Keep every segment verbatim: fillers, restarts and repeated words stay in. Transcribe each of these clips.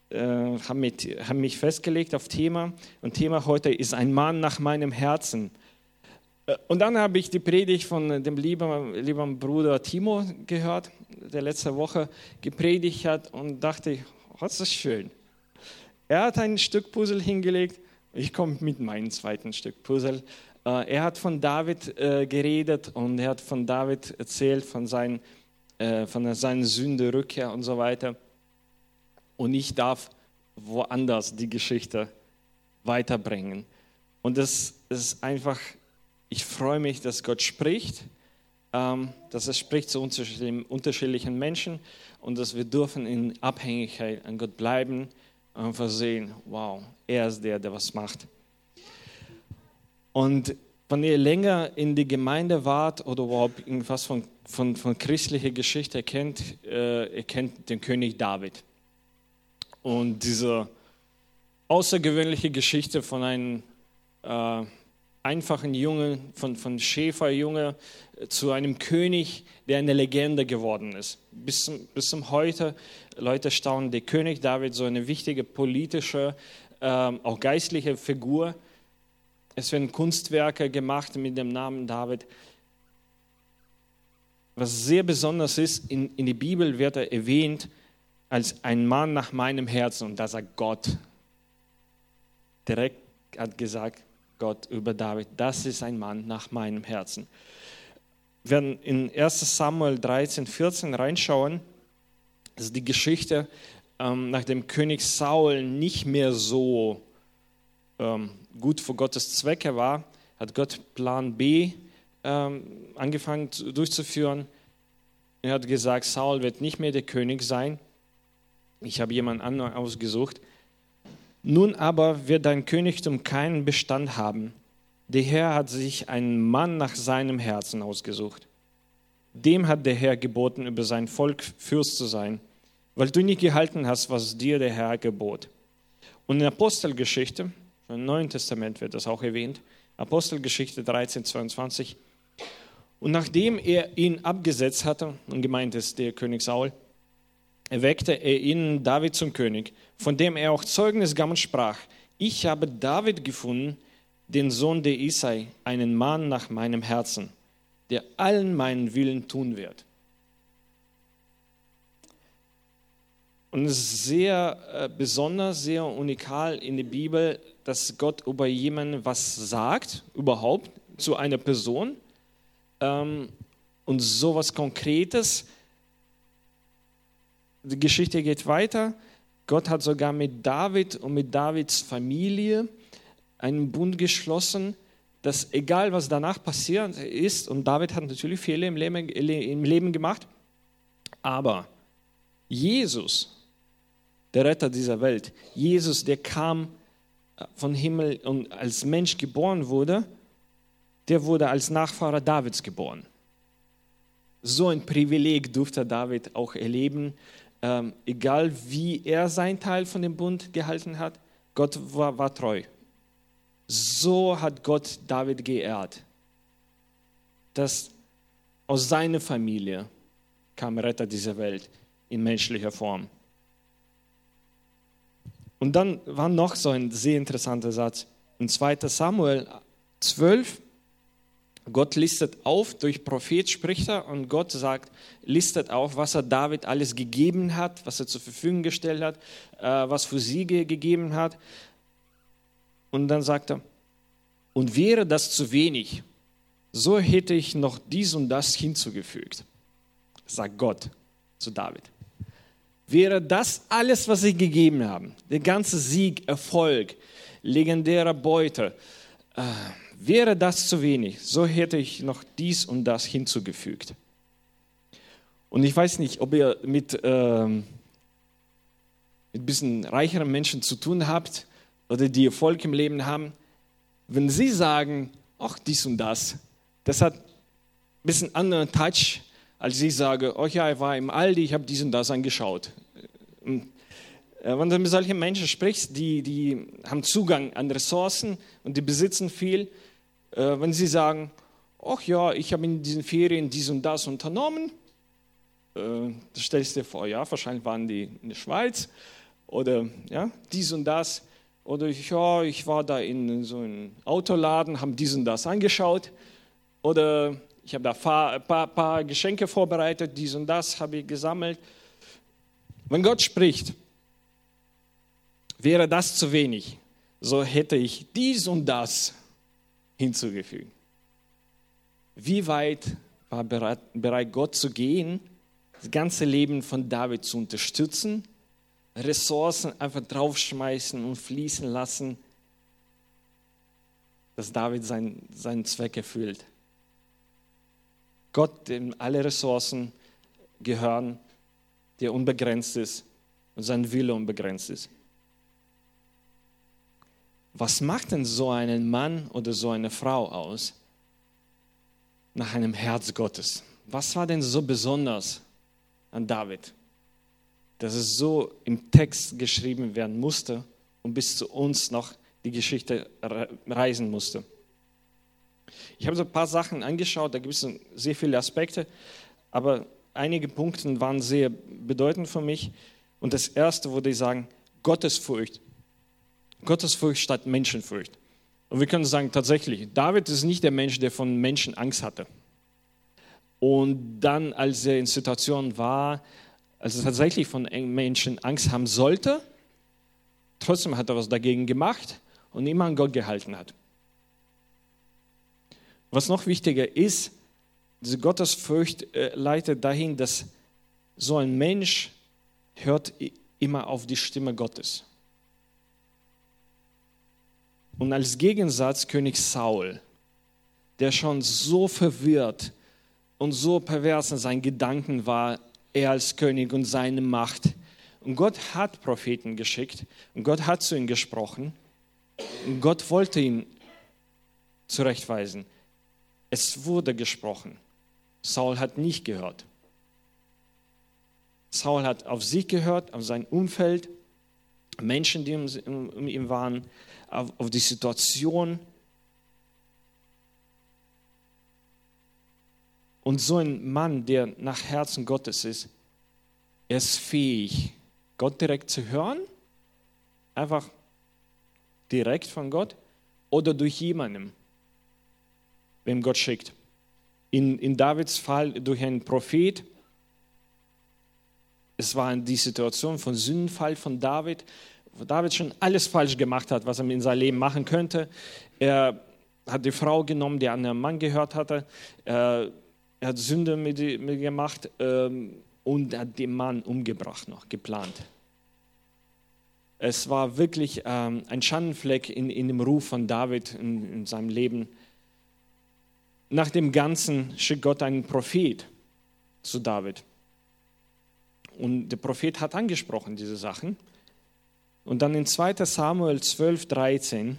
äh, habe mich, hab mich festgelegt auf Thema. Und Thema heute ist ein Mann nach meinem Herzen. Und dann habe ich die Predigt von dem lieben, lieben Bruder Timo gehört, der letzte Woche gepredigt hat und dachte, oh, das ist schön. Er hat ein Stück Puzzle hingelegt, ich komme mit meinem zweiten Stück Puzzle. Er hat von David geredet und er hat von David erzählt, von seinen, von seinen Sünde, Rückkehr und so weiter. Und ich darf woanders die Geschichte weiterbringen. Und das ist einfach... Ich freue mich, dass Gott spricht, dass er spricht zu unterschiedlichen Menschen und dass wir dürfen in Abhängigkeit an Gott bleiben und einfach sehen, wow, er ist der, der was macht. Und wenn ihr länger in die Gemeinde wart oder überhaupt irgendwas von, von, von christlicher Geschichte kennt, äh, ihr kennt den König David. Und diese außergewöhnliche Geschichte von einem äh, einfachen Junge, von, von Schäferjunge zu einem König, der eine Legende geworden ist. Bis zum, bis zum heute, Leute staunen, der König David, so eine wichtige politische, ähm, auch geistliche Figur. Es werden Kunstwerke gemacht mit dem Namen David. Was sehr besonders ist, in, in der Bibel wird er erwähnt als ein Mann nach meinem Herzen. Und da sagt Gott, direkt hat gesagt, Gott über David, das ist ein Mann nach meinem Herzen. Wir werden in erster Samuel dreizehn, vierzehn reinschauen, das ist die Geschichte, ähm, nachdem König Saul nicht mehr so ähm, gut für Gottes Zwecke war, hat Gott Plan B ähm, angefangen zu, durchzuführen. Er hat gesagt, Saul wird nicht mehr der König sein. Ich habe jemanden anderen ausgesucht. Nun aber wird dein Königtum keinen Bestand haben. Der Herr hat sich einen Mann nach seinem Herzen ausgesucht. Dem hat der Herr geboten, über sein Volk Fürst zu sein, weil du nicht gehalten hast, was dir der Herr gebot. Und in der Apostelgeschichte, im Neuen Testament wird das auch erwähnt, Apostelgeschichte dreizehn, zweiundzwanzig. Und nachdem er ihn abgesetzt hatte, und gemeint ist der König Saul, erweckte er ihn David zum König, von dem er auch Zeugnis gab und sprach, ich habe David gefunden, den Sohn der Isai, einen Mann nach meinem Herzen, der allen meinen Willen tun wird. Und es ist sehr äh, besonders, sehr unikal in der Bibel, dass Gott über jemanden was sagt, überhaupt zu einer Person ähm, und sowas Konkretes. Die Geschichte geht weiter. Gott hat sogar mit David und mit Davids Familie einen Bund geschlossen, dass egal was danach passiert ist, und David hat natürlich Fehler im Leben, im Leben gemacht, aber Jesus, der Retter dieser Welt, Jesus, der kam von Himmel und als Mensch geboren wurde, der wurde als Nachfahre Davids geboren. So ein Privileg durfte David auch erleben. Ähm, egal wie er seinen Teil von dem Bund gehalten hat, Gott war, war treu. So hat Gott David geehrt, dass aus seiner Familie kam Retter dieser Welt in menschlicher Form. Und dann war noch so ein sehr interessanter Satz. In zweiter Samuel zwölf, Gott listet auf, durch Prophet spricht er und Gott sagt, listet auf, was er David alles gegeben hat, was er zur Verfügung gestellt hat, äh, was für Siege gegeben hat. Und dann sagt er, und wäre das zu wenig, so hätte ich noch dies und das hinzugefügt, sagt Gott zu David. Wäre das alles, was sie gegeben haben, der ganze Sieg, Erfolg, legendäre Beute, äh, wäre das zu wenig, so hätte ich noch dies und das hinzugefügt. Und ich weiß nicht, ob ihr mit, ähm, mit ein bisschen reicheren Menschen zu tun habt oder die Erfolg im Leben haben. Wenn sie sagen, ach, dies und das, das hat ein bisschen anderen Touch, als ich sage, oh ja, ich war im Aldi, ich habe dies und das angeschaut. Wenn du mit solchen Menschen sprichst, die, die haben Zugang an Ressourcen und die besitzen viel, wenn sie sagen, ach ja, ich habe in diesen Ferien dies und das unternommen, da stellst du dir vor, ja, wahrscheinlich waren die in der Schweiz oder ja, dies und das. Oder ja, ich war da in so einem Autoladen, habe dies und das angeschaut. Oder ich habe da ein paar, paar Geschenke vorbereitet, dies und das habe ich gesammelt. Wenn Gott spricht, wäre das zu wenig, so hätte ich dies und das hinzugefügt. Wie weit war bereit, bereit Gott zu gehen, das ganze Leben von David zu unterstützen, Ressourcen einfach draufschmeißen und fließen lassen, dass David seinen, seinen Zweck erfüllt. Gott, dem alle Ressourcen gehören, der unbegrenzt ist und sein Wille unbegrenzt ist. Was macht denn so einen Mann oder so eine Frau aus nach einem Herz Gottes? Was war denn so besonders an David, dass es so im Text geschrieben werden musste und bis zu uns noch die Geschichte reisen musste? Ich habe so ein paar Sachen angeschaut, da gibt es sehr viele Aspekte, aber einige Punkte waren sehr bedeutend für mich. Und das erste würde ich sagen, Gottesfurcht. Gottesfurcht statt Menschenfurcht. Und wir können sagen, tatsächlich, David ist nicht der Mensch, der von Menschen Angst hatte. Und dann, als er in Situationen war, als er tatsächlich von Menschen Angst haben sollte, trotzdem hat er was dagegen gemacht und immer an Gott gehalten hat. Was noch wichtiger ist, diese Gottesfurcht äh, leitet dahin, dass so ein Mensch hört immer auf die Stimme Gottes. Und als Gegensatz König Saul, der schon so verwirrt und so pervers in seinen Gedanken war, er als König und seine Macht. Und Gott hat Propheten geschickt und Gott hat zu ihm gesprochen und Gott wollte ihn zurechtweisen. Es wurde gesprochen. Saul hat nicht gehört. Saul hat auf sich gehört, auf sein Umfeld, Menschen, die um, um ihn waren, auf, auf die Situation. Und so ein Mann, der nach Herzen Gottes ist, er ist fähig, Gott direkt zu hören, einfach direkt von Gott oder durch jemanden, wem Gott schickt. In, in Davids Fall durch einen Prophet. Es war die Situation von Sündenfall von David, wo David schon alles falsch gemacht hat, was er in seinem Leben machen könnte. Er hat die Frau genommen, die an einen Mann gehört hatte. Er, er hat Sünde mit, mit gemacht ähm, und hat den Mann umgebracht noch, geplant. Es war wirklich ähm, ein Schattenfleck in, in dem Ruf von David in, in seinem Leben. Nach dem Ganzen schickt Gott einen Prophet zu David. Und der Prophet hat angesprochen diese Sachen. Und dann in zweiter Samuel zwölf, dreizehn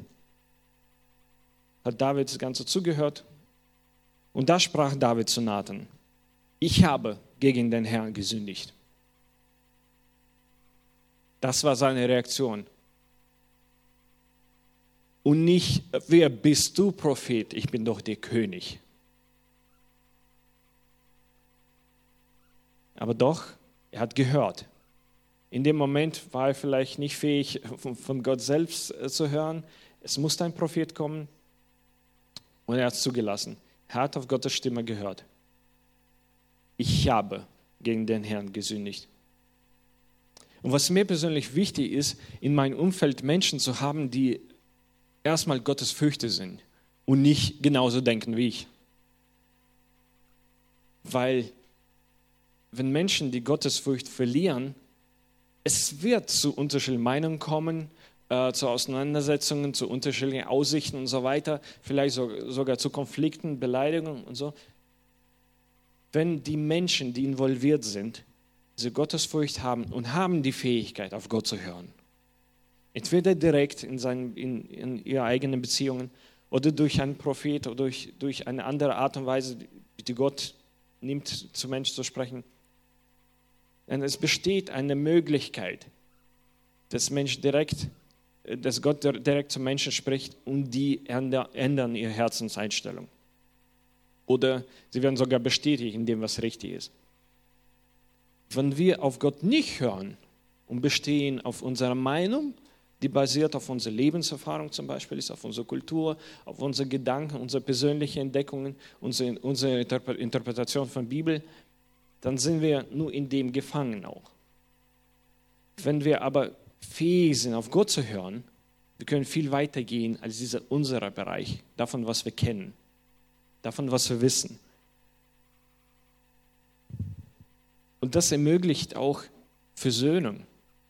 hat David das Ganze zugehört. Und da sprach David zu Nathan: Ich habe gegen den Herrn gesündigt. Das war seine Reaktion. Und nicht, wer bist du, Prophet? Ich bin doch der König. Aber doch, er hat gehört. In dem Moment war er vielleicht nicht fähig, von Gott selbst zu hören. Es musste ein Prophet kommen und er hat es zugelassen. Er hat auf Gottes Stimme gehört. Ich habe gegen den Herrn gesündigt. Und was mir persönlich wichtig ist, in meinem Umfeld Menschen zu haben, die erstmal Gottes Fürchte sind und nicht genauso denken wie ich. Weil wenn Menschen die Gottesfurcht verlieren, es wird zu unterschiedlichen Meinungen kommen, äh, zu Auseinandersetzungen, zu unterschiedlichen Aussichten und so weiter, vielleicht so, sogar zu Konflikten, Beleidigungen und so. Wenn die Menschen, die involviert sind, diese Gottesfurcht haben und haben die Fähigkeit, auf Gott zu hören, entweder direkt in, seinen, in, in ihre eigenen Beziehungen oder durch einen Prophet oder durch, durch eine andere Art und Weise, die Gott nimmt, zu Menschen zu sprechen. Denn es besteht eine Möglichkeit, dass, Mensch direkt, dass Gott direkt zu Menschen spricht und die ändern ihre Herzenseinstellung. Oder sie werden sogar bestätigt in dem, was richtig ist. Wenn wir auf Gott nicht hören und bestehen auf unserer Meinung, die basiert auf unserer Lebenserfahrung zum Beispiel, ist auf unserer Kultur, auf unsere Gedanken, unsere persönlichen Entdeckungen, unsere, unsere Interpretation von Bibel, dann sind wir nur in dem gefangen auch. Wenn wir aber fähig sind, auf Gott zu hören, wir können viel weiter gehen als dieser unserer Bereich, davon, was wir kennen, davon, was wir wissen. Und das ermöglicht auch Versöhnung.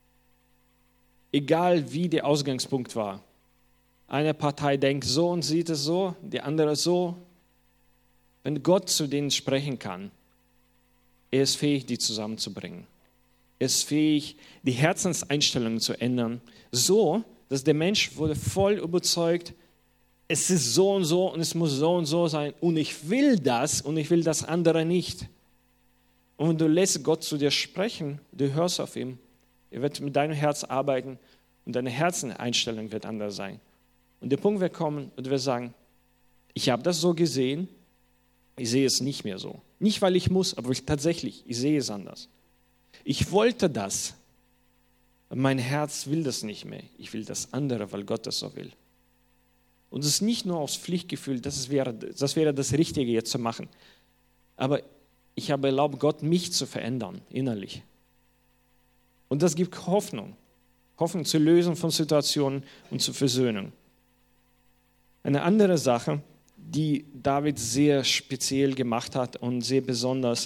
Egal wie der Ausgangspunkt war. Eine Partei denkt so und sieht es so, die andere so. Wenn Gott zu denen sprechen kann, er ist fähig, die zusammenzubringen. Er ist fähig, die Herzenseinstellungen zu ändern, so, dass der Mensch wurde voll überzeugt, es ist so und so und es muss so und so sein und ich will das und ich will das andere nicht. Und wenn du lässt Gott zu dir sprechen, du hörst auf ihn, er wird mit deinem Herz arbeiten und deine Herzeneinstellung wird anders sein. Und der Punkt wird kommen und wir sagen, ich habe das so gesehen, ich sehe es nicht mehr so. Nicht, weil ich muss, aber ich, tatsächlich, ich sehe es anders. Ich wollte das, aber mein Herz will das nicht mehr. Ich will das andere, weil Gott das so will. Und es ist nicht nur aus Pflichtgefühl, das wäre, das wäre das Richtige jetzt zu machen. Aber ich habe erlaubt, Gott mich zu verändern, innerlich. Und das gibt Hoffnung. Hoffnung zur Lösung von Situationen und zur Versöhnung. Eine andere Sache, die David sehr speziell gemacht hat und sehr besonders,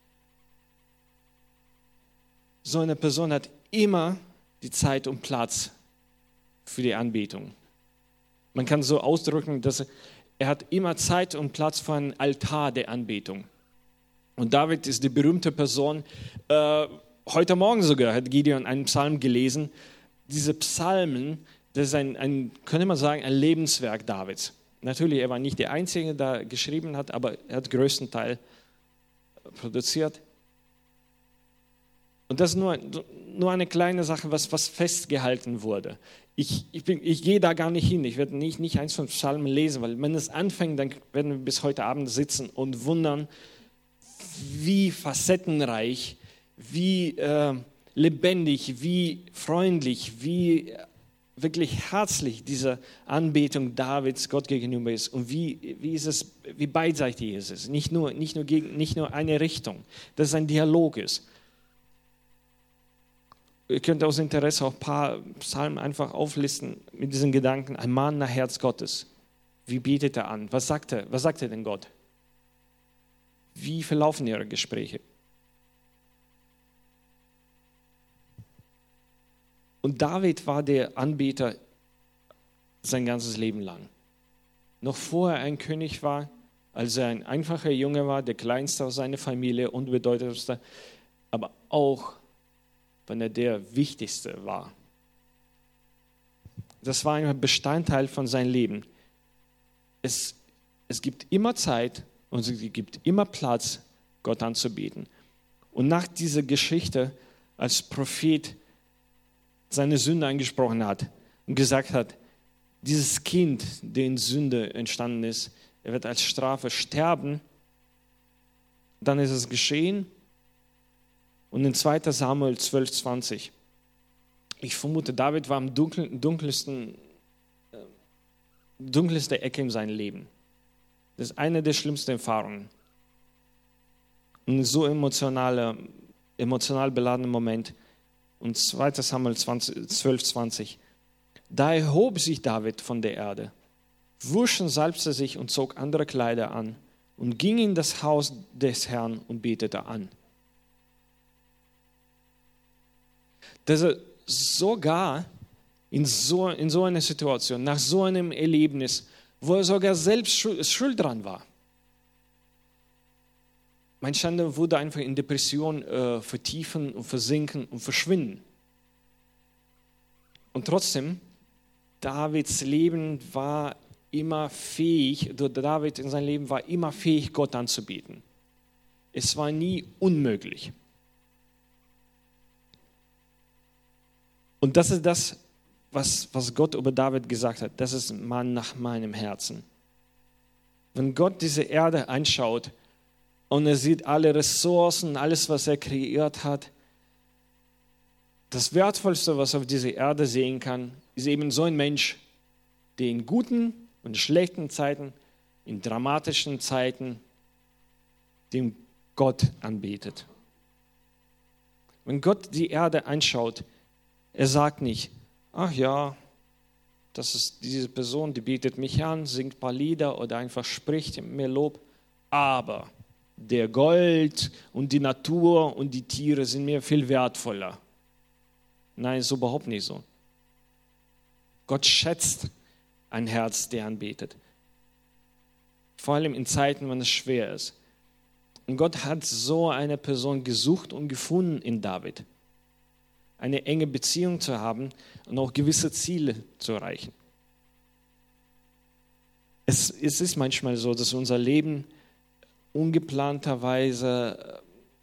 so eine Person hat immer die Zeit und Platz für die Anbetung. Man kann so ausdrücken, dass er, er hat immer Zeit und Platz für einen Altar der Anbetung. Und David ist die berühmte Person, äh, heute Morgen sogar hat Gideon einen Psalm gelesen. Diese Psalmen, das ist ein, ein, könnte man sagen, ein Lebenswerk Davids. Natürlich, er war nicht der Einzige, der geschrieben hat, aber er hat den größten Teil produziert. Und das ist nur, nur eine kleine Sache, was, was festgehalten wurde. Ich, ich, bin, ich gehe da gar nicht hin, ich werde nicht, nicht eins von Psalmen lesen, weil wenn es anfängt, dann werden wir bis heute Abend sitzen und wundern, wie facettenreich, wie äh, lebendig, wie freundlich, wie wirklich herzlich diese Anbetung Davids Gott gegenüber ist und wie, wie, ist es, wie beidseitig ist es. Nicht nur, nicht, nur gegen, nicht nur eine Richtung, dass es ein Dialog ist. Ihr könnt aus Interesse auch ein paar Psalmen einfach auflisten mit diesen Gedanken. Ein Mann nach Herz Gottes. Wie betet er an? Was sagt er? Was sagt er denn Gott? Wie verlaufen ihre Gespräche? Und David war der Anbeter sein ganzes Leben lang. Noch vorher ein König war, als er ein einfacher Junge war, der kleinste aus seiner Familie, unbedeutendste, aber auch, wenn er der Wichtigste war. Das war ein Bestandteil von seinem Leben. Es, es gibt immer Zeit und es gibt immer Platz, Gott anzubeten. Und nach dieser Geschichte, als Prophet seine Sünde angesprochen hat und gesagt hat, dieses Kind, der in Sünde entstanden ist, er wird als Strafe sterben, dann ist es geschehen. Und in zweiter Samuel zwölf zwanzig, ich vermute, David war am dunkel, dunkelsten, äh, dunkelste Ecke in seinem Leben. Das ist eine der schlimmsten Erfahrungen. Und so emotionaler, emotional beladener Moment. Und zweiter Samuel zwölf zwanzig. Da erhob sich David von der Erde, wusch und salbte sich und zog andere Kleider an und ging in das Haus des Herrn und betete an. Dass er sogar in so, in so einer Situation, nach so einem Erlebnis, wo er sogar selbst schuld dran war. Mein Stand wurde einfach in Depression äh, vertiefen und versinken und verschwinden. Und trotzdem, Davids Leben war immer fähig, David in seinem Leben war immer fähig, Gott anzubeten. Es war nie unmöglich. Und das ist das, was, was Gott über David gesagt hat. Das ist ein Mann nach meinem Herzen. Wenn Gott diese Erde anschaut und er sieht alle Ressourcen, alles, was er kreiert hat, das Wertvollste, was auf dieser Erde sehen kann, ist eben so ein Mensch, der in guten und schlechten Zeiten, in dramatischen Zeiten, den Gott anbetet. Wenn Gott die Erde anschaut, er sagt nicht, ach ja, das ist diese Person, die betet mich an, singt ein paar Lieder oder einfach spricht mir Lob, aber der Gold und die Natur und die Tiere sind mir viel wertvoller. Nein, ist überhaupt nicht so. Gott schätzt ein Herz, der anbetet. Vor allem in Zeiten, wenn es schwer ist. Und Gott hat so eine Person gesucht und gefunden in David. Eine enge Beziehung zu haben und auch gewisse Ziele zu erreichen. Es, es ist manchmal so, dass unser Leben ungeplanterweise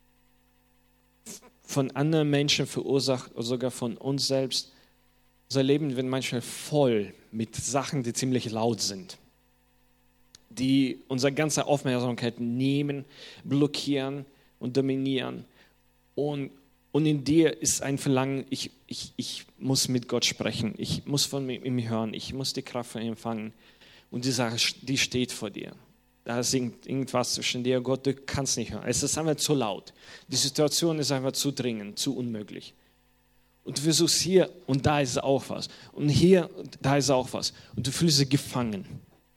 von anderen Menschen verursacht oder sogar von uns selbst. Unser Leben wird manchmal voll mit Sachen, die ziemlich laut sind, die unsere ganze Aufmerksamkeit nehmen, blockieren und dominieren. Und, und in dir ist ein Verlangen, ich, ich, ich muss mit Gott sprechen, ich muss von ihm hören, ich muss die Kraft von ihm empfangen. Und die Sache, die steht vor dir. Da ist irgendwas zwischen dir und Gott, du kannst nicht hören. Es ist einfach zu laut. Die Situation ist einfach zu dringend, zu unmöglich. Und du versuchst hier und da ist auch was. Und hier und da ist auch was. Und du fühlst dich gefangen.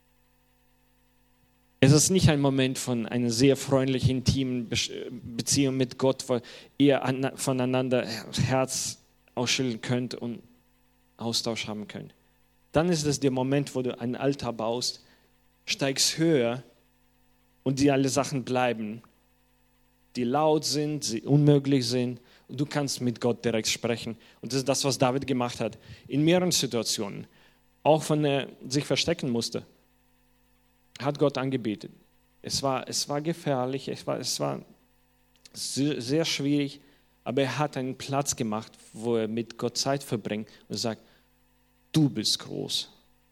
Es ist nicht ein Moment von einer sehr freundlichen, intimen Beziehung mit Gott, wo ihr voneinander Herz ausschütteln könnt und Austausch haben könnt. Dann ist es der Moment, wo du einen Altar baust, steigst höher und die alle Sachen bleiben, die laut sind, die unmöglich sind und du kannst mit Gott direkt sprechen. Und das ist das, was David gemacht hat in mehreren Situationen. Auch wenn er sich verstecken musste, hat Gott angebetet. Es war, es war gefährlich, es war, es war sehr, sehr schwierig, aber er hat einen Platz gemacht, wo er mit Gott Zeit verbringt und sagt, du bist groß.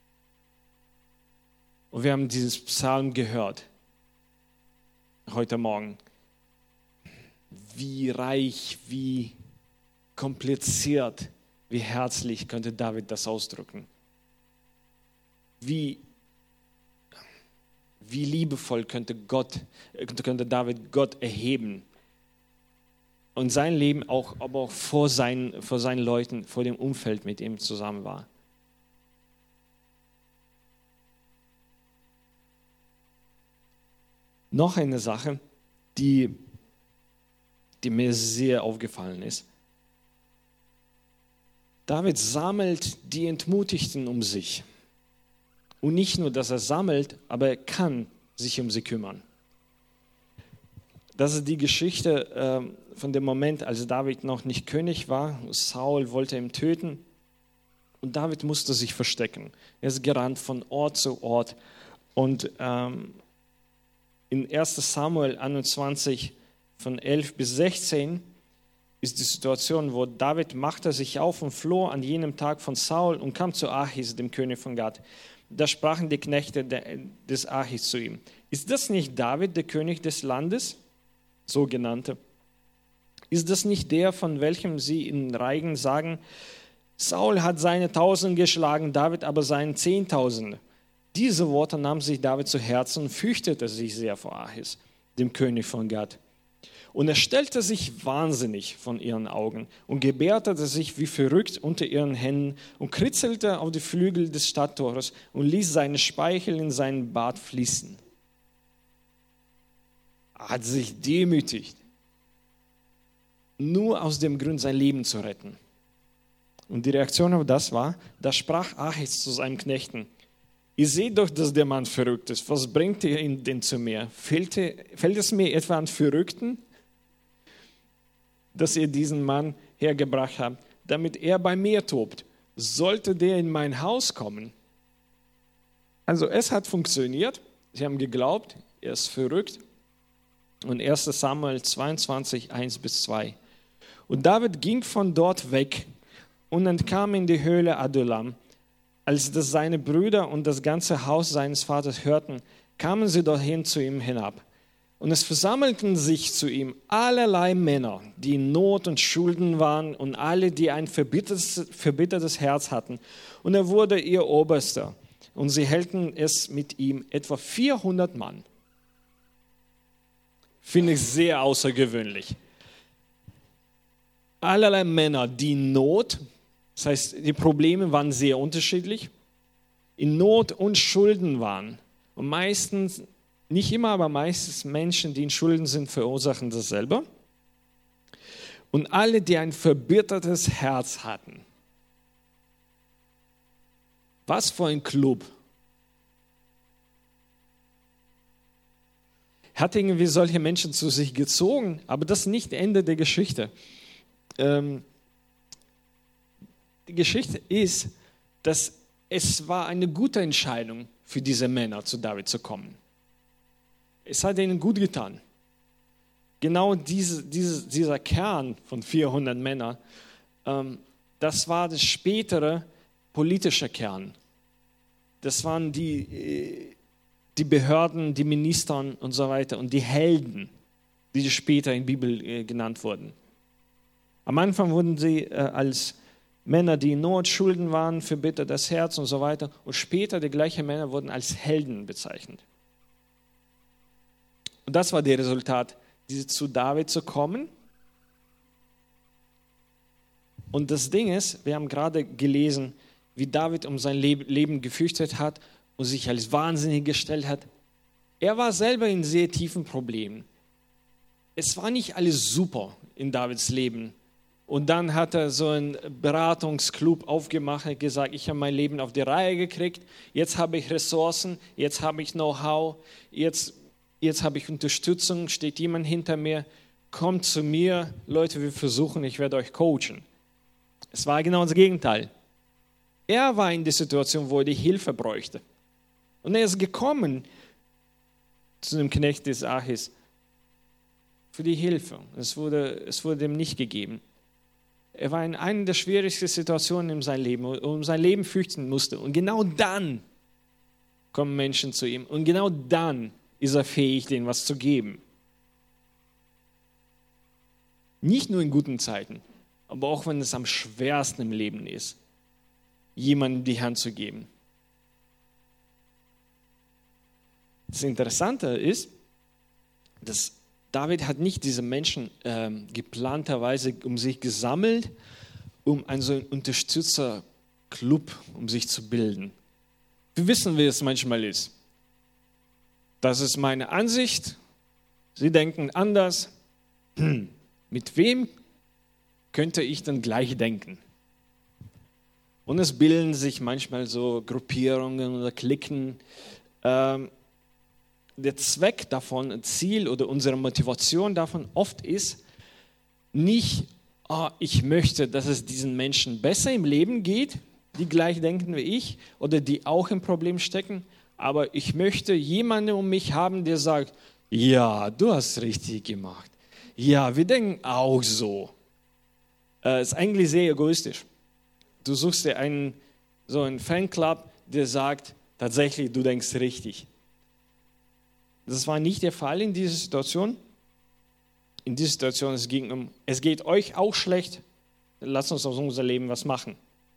Und wir haben dieses Psalm gehört, heute Morgen. Wie reich, wie kompliziert, wie herzlich könnte David das ausdrücken. Wie, wie liebevoll könnte, Gott, könnte David Gott erheben. Und sein Leben auch, aber auch vor seinen, vor seinen Leuten, vor dem Umfeld, mit ihm zusammen war. Noch eine Sache, die, die mir sehr aufgefallen ist. David sammelt die Entmutigten um sich. Und nicht nur, dass er sammelt, aber er kann sich um sie kümmern. Das ist die Geschichte äh, von dem Moment, als David noch nicht König war. Saul wollte ihn töten und David musste sich verstecken. Er ist gerannt von Ort zu Ort. Und ähm, in erster Samuel einundzwanzig von elf bis sechzehn ist die Situation, wo David machte sich auf und floh an jenem Tag von Saul und kam zu Achis, dem König von Gad. Da sprachen die Knechte des Achis zu ihm: Ist das nicht David, der König des Landes? Sogenannte. Ist das nicht der, von welchem sie in Reigen sagen, Saul hat seine Tausend geschlagen, David aber seinen Zehntausende? Diese Worte nahm sich David zu Herzen und fürchtete sich sehr vor Achis, dem König von Gad. Und er stellte sich wahnsinnig von ihren Augen und gebärdete sich wie verrückt unter ihren Händen und kritzelte auf die Flügel des Stadttores und ließ seine Speichel in seinen Bart fließen. Er hat sich demütigt, nur aus dem Grund, sein Leben zu retten. Und die Reaktion auf das war, da sprach Achis zu seinen Knechten: Ihr seht doch, dass der Mann verrückt ist. Was bringt ihr ihn denn zu mir? Fällt, fällt es mir etwa an Verrückten, dass ihr diesen Mann hergebracht habt, damit er bei mir tobt? Sollte der in mein Haus kommen? Also es hat funktioniert. Sie haben geglaubt, er ist verrückt. Und erster Samuel zweiundzwanzig, eins bis zwei. Und David ging von dort weg und entkam in die Höhle Adullam. Als das seine Brüder und das ganze Haus seines Vaters hörten, kamen sie dorthin zu ihm hinab. Und es versammelten sich zu ihm allerlei Männer, die in Not und Schulden waren und alle, die ein verbittertes, verbittertes Herz hatten. Und er wurde ihr Oberster. Und sie hielten es mit ihm etwa vierhundert Mann. Finde ich sehr außergewöhnlich. Allerlei Männer, die in Not, das heißt, die Probleme waren sehr unterschiedlich, in Not und Schulden waren. Und meistens, nicht immer, aber meistens Menschen, die in Schulden sind, verursachen das selber. Und alle, die ein verbittertes Herz hatten. Was für ein Club. Hat irgendwie solche Menschen zu sich gezogen, aber das ist nicht Ende der Geschichte. Ähm, die Geschichte ist, dass es war eine gute Entscheidung für diese Männer, zu David zu kommen. Es hat ihnen gut getan. Genau diese, diese, dieser Kern von vierhundert Männern, ähm, das war der spätere politische Kern. Das waren die, die Behörden, die Minister und so weiter und die Helden, die später in der Bibel äh, genannt wurden. Am Anfang wurden sie äh, als Männer, die in Not, Schulden waren, verbittertes Herz und so weiter. Und später die gleichen Männer wurden als Helden bezeichnet. Und das war das Resultat, diese zu David zu kommen. Und das Ding ist, wir haben gerade gelesen, wie David um sein Leben gefürchtet hat und sich als wahnsinnig gestellt hat. Er war selber in sehr tiefen Problemen. Es war nicht alles super in Davids Leben. Und dann hat er so einen Beratungsclub aufgemacht und gesagt, ich habe mein Leben auf die Reihe gekriegt, jetzt habe ich Ressourcen, jetzt habe ich Know-how, jetzt, jetzt habe ich Unterstützung, steht jemand hinter mir, kommt zu mir, Leute, wir versuchen, ich werde euch coachen. Es war genau das Gegenteil. Er war in der Situation, wo er die Hilfe bräuchte. Und er ist gekommen zu dem Knecht des Achis für die Hilfe. Es wurde, es wurde ihm nicht gegeben. Er war in einer der schwierigsten Situationen in seinem Leben, wo er um sein Leben fürchten musste. Und genau dann kommen Menschen zu ihm. Und genau dann ist er fähig, denen was zu geben. Nicht nur in guten Zeiten, aber auch wenn es am schwersten im Leben ist, jemandem die Hand zu geben. Das Interessante ist, dass David hat nicht diese Menschen äh, geplanterweise um sich gesammelt, um einen so einen Unterstützerclub um sich zu bilden. Wir wissen, wie es manchmal ist. Das ist meine Ansicht. Sie denken anders. Hm, mit wem könnte ich dann gleich denken? Und es bilden sich manchmal so Gruppierungen oder Cliquen. Ähm, Der Zweck davon, ein Ziel oder unsere Motivation davon oft ist, nicht, oh, ich möchte, dass es diesen Menschen besser im Leben geht, die gleich denken wie ich oder die auch im Problem stecken, aber ich möchte jemanden um mich haben, der sagt, ja, du hast richtig gemacht. Ja, wir denken auch so. Das ist eigentlich sehr egoistisch. Du suchst dir einen, so einen Fanclub, der sagt, tatsächlich, du denkst richtig. Das war nicht der Fall in dieser Situation. In dieser Situation es ging um, es geht euch auch schlecht, lasst uns aus unserem Leben was machen.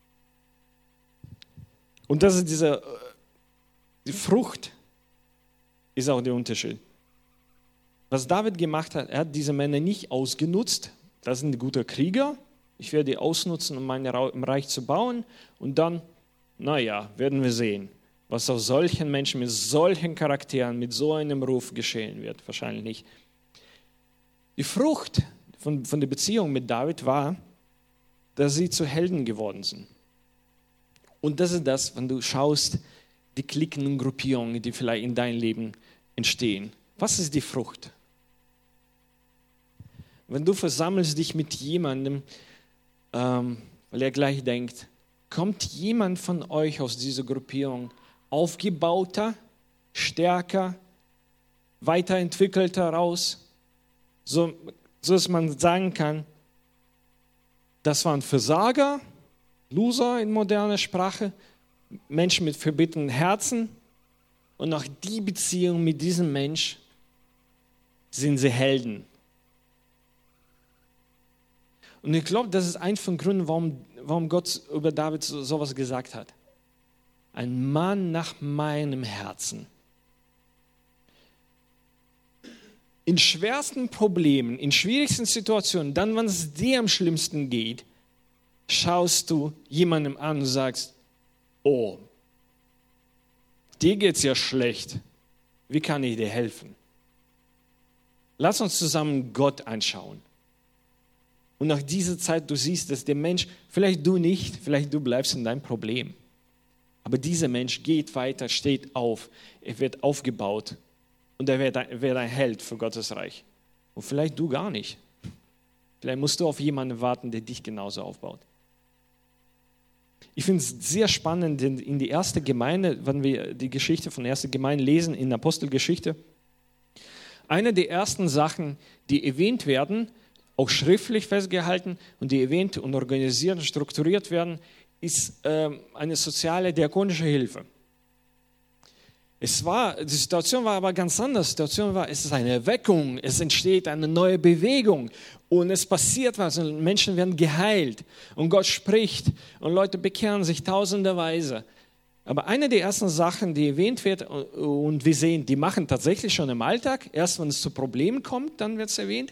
Und das ist diese, die Frucht ist auch der Unterschied. Was David gemacht hat, er hat diese Männer nicht ausgenutzt. Das sind gute Krieger. Ich werde die ausnutzen, um mein Reich zu bauen. Und dann, naja, werden wir sehen, was aus solchen Menschen mit solchen Charakteren, mit so einem Ruf geschehen wird. Wahrscheinlich nicht. Die Frucht von, von der Beziehung mit David war, dass sie zu Helden geworden sind. Und das ist das, wenn du schaust, die Cliquen und Gruppierungen, die vielleicht in deinem Leben entstehen. Was ist die Frucht? Wenn du versammelst dich mit jemandem, ähm, weil er gleich denkt, kommt jemand von euch aus dieser Gruppierung aufgebauter, stärker, weiterentwickelter raus, so, so dass man sagen kann, das waren Versager, Loser in moderner Sprache, Menschen mit verbitterten Herzen und auch die Beziehung mit diesem Mensch sind sie Helden. Und ich glaube, das ist ein von den Gründen, warum, warum Gott über David so, sowas gesagt hat. Ein Mann nach meinem Herzen. In schwersten Problemen, in schwierigsten Situationen, dann, wenn es dir am schlimmsten geht, schaust du jemandem an und sagst, oh, dir geht's ja schlecht. Wie kann ich dir helfen? Lass uns zusammen Gott anschauen. Und nach dieser Zeit, du siehst, dass der Mensch, vielleicht du nicht, vielleicht du bleibst in deinem Problem. Aber dieser Mensch geht weiter, steht auf, er wird aufgebaut und er wird ein, er wird ein Held für Gottes Reich. Und vielleicht du gar nicht. Vielleicht musst du auf jemanden warten, der dich genauso aufbaut. Ich finde es sehr spannend, denn in die erste Gemeinde, wenn wir die Geschichte von der ersten Gemeinde lesen, in der Apostelgeschichte, eine der ersten Sachen, die erwähnt werden, auch schriftlich festgehalten und die erwähnt und organisiert und strukturiert werden, ist äh, eine soziale diakonische Hilfe. Es war, die Situation war aber ganz anders. Die Situation war, es ist eine Erweckung, es entsteht eine neue Bewegung und es passiert was und Menschen werden geheilt und Gott spricht und Leute bekehren sich tausenderweise. Aber eine der ersten Sachen, die erwähnt wird und wir sehen, die machen tatsächlich schon im Alltag, erst wenn es zu Problemen kommt, dann wird es erwähnt,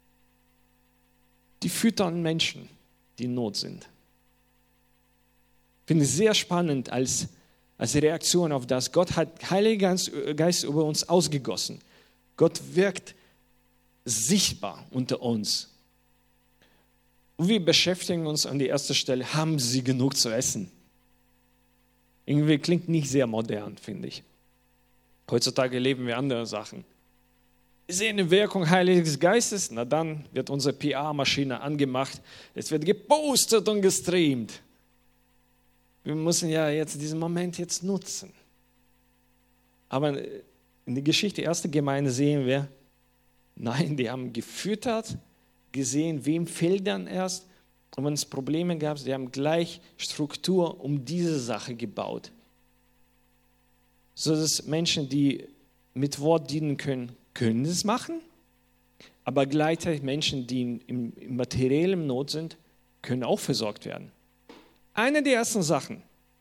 die füttern Menschen, die in Not sind. Ich finde es sehr spannend als, als Reaktion auf das. Gott hat Heiligen Geist über uns ausgegossen. Gott wirkt sichtbar unter uns. Und wir beschäftigen uns an die erste Stelle, haben sie genug zu essen? Irgendwie klingt nicht sehr modern, finde ich. Heutzutage leben wir andere Sachen. Wir sehen die Wirkung Heiligen Geistes, na dann wird unsere P R-Maschine angemacht, es wird gepostet und gestreamt. Wir müssen ja jetzt diesen Moment jetzt nutzen. Aber in der Geschichte der ersten Gemeinde sehen wir, nein, die haben gefüttert, gesehen, wem fehlt dann erst. Und wenn es Probleme gab, die haben gleich Struktur um diese Sache gebaut. So dass Menschen, die mit Wort dienen können, können es machen, aber gleichzeitig Menschen, die in, in materiellem Not sind, können auch versorgt werden. Eine der ersten Sachen.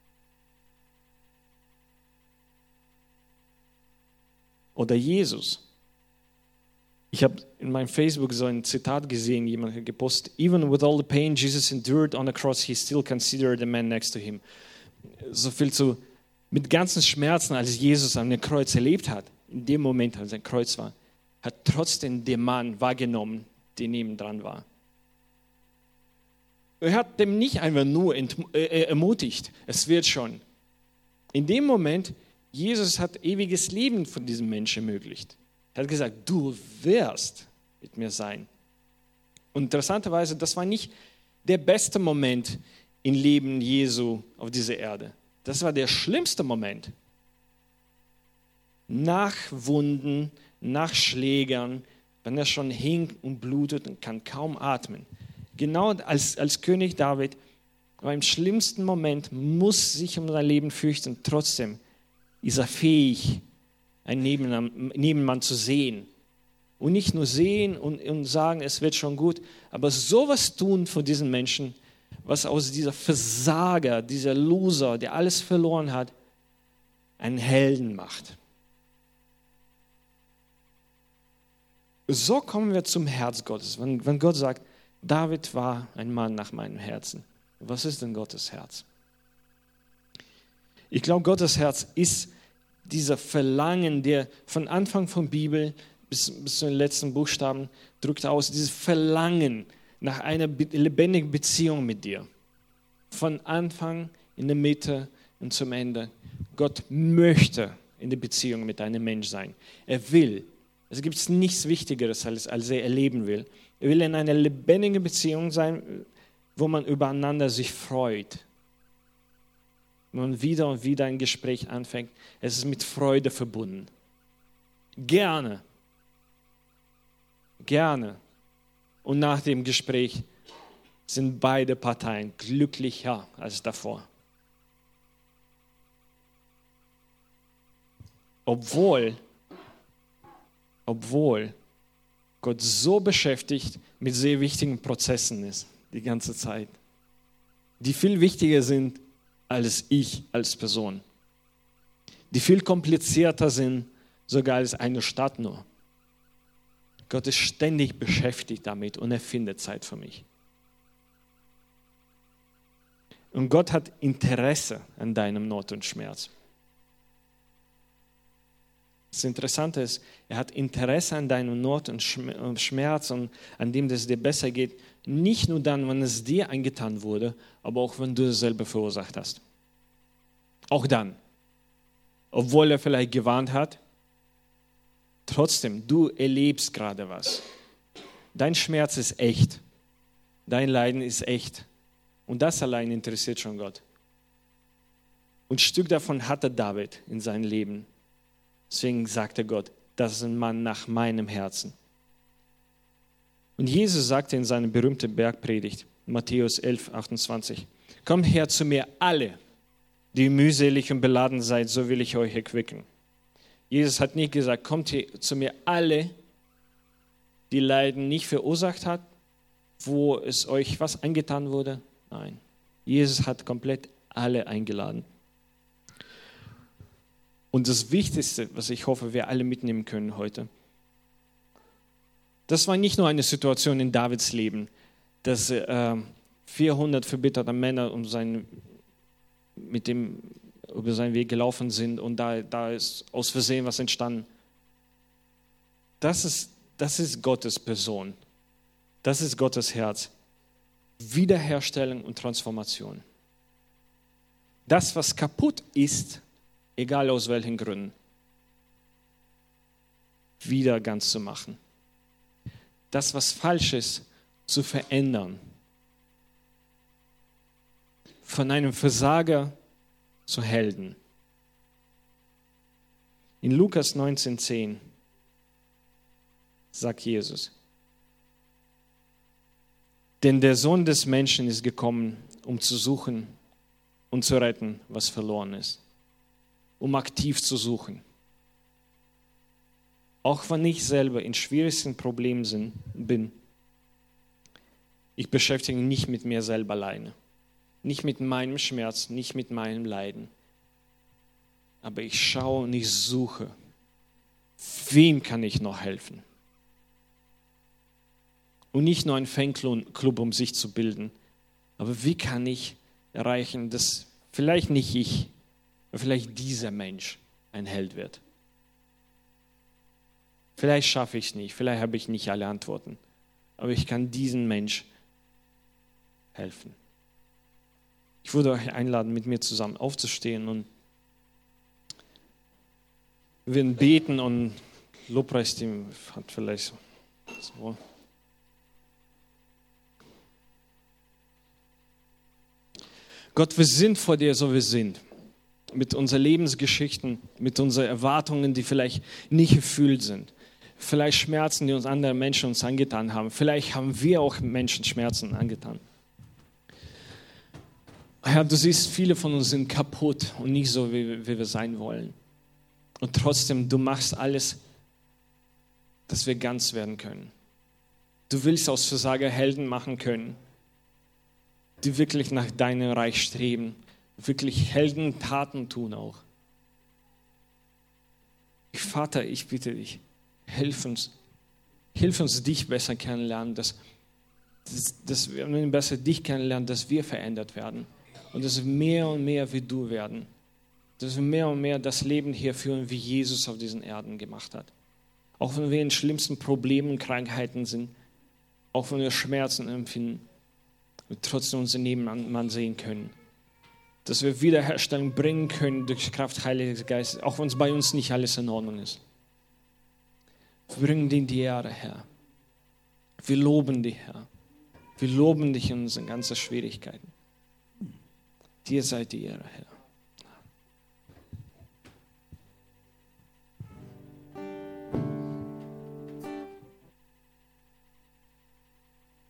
Oder Jesus. Ich habe in meinem Facebook so ein Zitat gesehen, jemand hat gepostet, even with all the pain Jesus endured on the cross, he still considered the man next to him. So viel zu, mit ganzen Schmerzen, als Jesus an dem Kreuz erlebt hat, in dem Moment, als er am Kreuz war, hat trotzdem den Mann wahrgenommen, der neben dran war. Er hat dem nicht einfach nur ermutigt, es wird schon. In dem Moment, Jesus hat ewiges Leben von diesem Menschen ermöglicht. Er hat gesagt, du wirst mit mir sein. Und interessanterweise, das war nicht der beste Moment im Leben Jesu auf dieser Erde. Das war der schlimmste Moment. Nach Wunden, nach Schlägern, wenn er schon hing und blutet und kann kaum atmen. Genau als, als König David war im schlimmsten Moment, muss sich um sein Leben fürchten. Trotzdem ist er fähig, einen Nebenmann, Nebenmann zu sehen. Und nicht nur sehen und, und sagen, es wird schon gut, aber sowas tun für diesen Menschen, was aus dieser Versager, dieser Loser, der alles verloren hat, einen Helden macht. So kommen wir zum Herz Gottes. Wenn, wenn Gott sagt, David war ein Mann nach meinem Herzen. Was ist denn Gottes Herz? Ich glaube, Gottes Herz ist dieser Verlangen, der von Anfang von Bibel bis, bis zu den letzten Buchstaben drückt aus, dieses Verlangen nach einer lebendigen Beziehung mit dir. Von Anfang, in der Mitte und zum Ende. Gott möchte in der Beziehung mit einem Mensch sein. Er will. Es gibt nichts Wichtigeres, als, als er erleben will. Er will in einer lebendigen Beziehung sein, wo man übereinander sich freut. Wenn man wieder und wieder ein Gespräch anfängt, es ist mit Freude verbunden. Gerne. Gerne. Und nach dem Gespräch sind beide Parteien glücklicher als davor. Obwohl, obwohl Gott so beschäftigt mit sehr wichtigen Prozessen ist, die ganze Zeit, die viel wichtiger sind als ich als Person, die viel komplizierter sind, sogar als eine Stadt nur. Gott ist ständig beschäftigt damit und er findet Zeit für mich. Und Gott hat Interesse an deinem Not und Schmerz. Das Interessante ist, er hat Interesse an deinem Not und Schmerz und an dem, dass es dir besser geht, nicht nur dann, wenn es dir angetan wurde, aber auch wenn du es selber verursacht hast. Auch dann. Obwohl er vielleicht gewarnt hat, trotzdem, du erlebst gerade was. Dein Schmerz ist echt. Dein Leiden ist echt. Und das allein interessiert schon Gott. Und ein Stück davon hatte David in seinem Leben. Deswegen sagte Gott, das ist ein Mann nach meinem Herzen. Und Jesus sagte in seiner berühmten Bergpredigt, Matthäus elf, achtundzwanzig, kommt her zu mir alle, die mühselig und beladen seid, so will ich euch erquicken. Jesus hat nicht gesagt, kommt her zu mir alle, die Leiden nicht verursacht hat, wo es euch was angetan wurde. Nein, Jesus hat komplett alle eingeladen. Und das Wichtigste, was ich hoffe, wir alle mitnehmen können heute, das war nicht nur eine Situation in Davids Leben, dass äh, vierhundert verbitterte Männer um sein, mit dem, über seinen Weg gelaufen sind und da, da ist aus Versehen was entstanden. Das ist, das ist Gottes Person. Das ist Gottes Herz. Wiederherstellung und Transformation. Das, was kaputt ist, egal aus welchen Gründen, wieder ganz zu machen. Das, was falsch ist, zu verändern. Von einem Versager zu Helden. In Lukas neunzehn zehn sagt Jesus, denn der Sohn des Menschen ist gekommen, um zu suchen und zu retten, was verloren ist. Um aktiv zu suchen. Auch wenn ich selber in schwierigsten Problemen bin, ich beschäftige mich nicht mit mir selber alleine. Nicht mit meinem Schmerz, nicht mit meinem Leiden. Aber ich schaue und ich suche, wem kann ich noch helfen? Und nicht nur ein Fanclub, um sich zu bilden, aber wie kann ich erreichen, dass vielleicht nicht ich, aber vielleicht dieser Mensch ein Held wird. Vielleicht schaffe ich es nicht, vielleicht habe ich nicht alle Antworten, aber ich kann diesem Mensch helfen. Ich würde euch einladen, mit mir zusammen aufzustehen und wir werden beten und Lobpreisteam hat vielleicht so. Gott, wir sind vor dir, so wir sind. Mit unseren Lebensgeschichten, mit unseren Erwartungen, die vielleicht nicht erfüllt sind. Vielleicht Schmerzen, die uns andere Menschen uns angetan haben. Vielleicht haben wir auch Menschen Schmerzen angetan. Herr, du siehst, viele von uns sind kaputt und nicht so, wie, wie wir sein wollen. Und trotzdem, du machst alles, dass wir ganz werden können. Du willst aus Versager Helden machen können, die wirklich nach deinem Reich streben, wirklich Heldentaten tun auch. Vater, ich bitte dich, hilf uns, hilf uns, dich besser kennenlernen, dass, dass, dass wir besser dich kennenlernen, dass wir verändert werden und dass wir mehr und mehr wie du werden, dass wir mehr und mehr das Leben hier führen, wie Jesus auf diesen Erden gemacht hat. Auch wenn wir in schlimmsten Problemen und Krankheiten sind, auch wenn wir Schmerzen empfinden, wir trotzdem unseren Nebenmann sehen können. Dass wir Wiederherstellung bringen können durch Kraft Heiliges Geistes, auch wenn es bei uns nicht alles in Ordnung ist. Wir bringen dir die Ehre, Herr. Wir loben dich, Herr. Wir loben dich in unseren ganzen Schwierigkeiten. Dir sei die Ehre, Herr.